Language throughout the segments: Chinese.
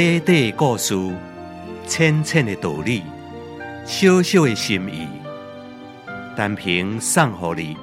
短短的故事，浅浅的道理，小小的心意，单凭送予你。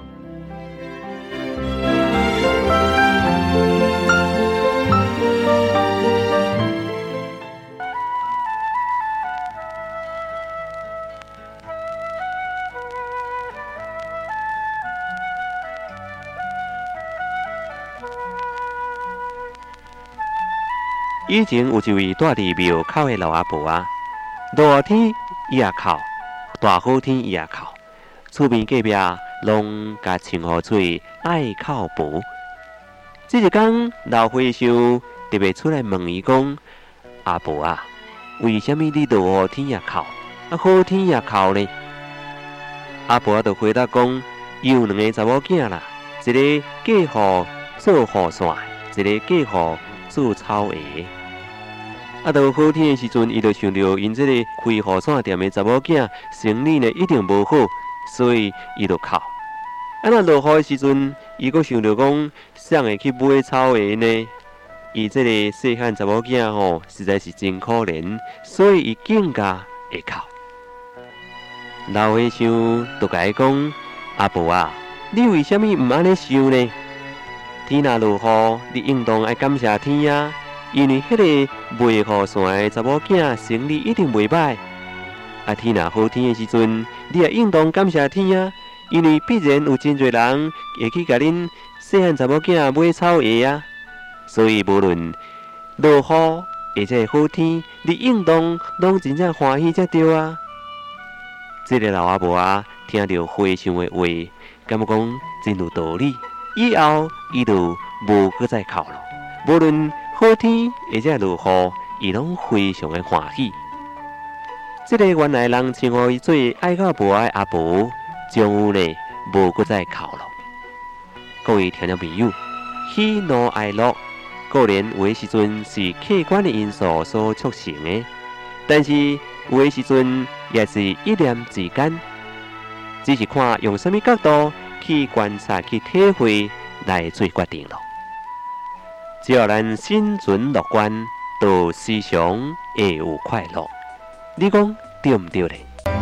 以前有一位住伫庙口的老阿婆啊，热天伊也哭，大好天伊也哭，厝边隔壁拢甲称呼做爱哭婆。这一天，老和尚特别出来问伊讲：“阿婆啊，为什么你热天也哭，好天也哭呢？”阿婆就回答讲：“伊有两个查某囝啦，一个嫁予做雨伞，一个嫁予做草鞋。到好天的时阵，伊就想到因这个开雨伞店的查某囝生理呢一定无好，所以伊就哭。若落雨的时阵，伊阁想到讲谁会去买草鞋呢？伊这个细汉查某囝吼，实在是真可怜，所以伊更加会哭。老和尚就甲伊讲：“阿婆啊，你为什么唔安尼想呢？天若落雨，你应当爱感谢天啊！因为迄个卖雨伞的查某囝生理一定袂歹。天若好天的时阵，你也应当感谢天啊！因为必然有真侪人会去甲恁细汉查某囝买草鞋啊！所以无论落雨或者好天，你应当拢真正欢喜才对啊！”这个老阿婆啊，听到和尚的话，感觉讲真有道理。以后伊就无搁再哭了。无论好天或者落雨，伊拢非常的欢喜。这个原来人称呼伊做爱到无爱阿婆，终有呢无搁再哭了。各位听众朋友，喜怒哀乐，固然有的时阵是客观的因素所促成的，但是有的时阵也是一念之间，只是看用什么角度去观察、去体会来做决定了。只要咱心存乐观，就时常会有快乐。你讲对唔对呢？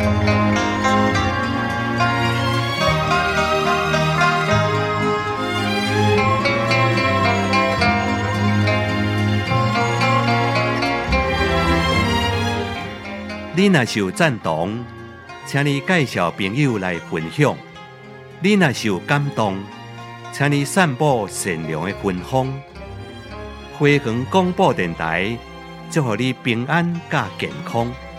你若是有赞同，请你介绍朋友来分享；你若是有感动，请你散布善良的芬芳。花园广播电台，祝福你平安加健康。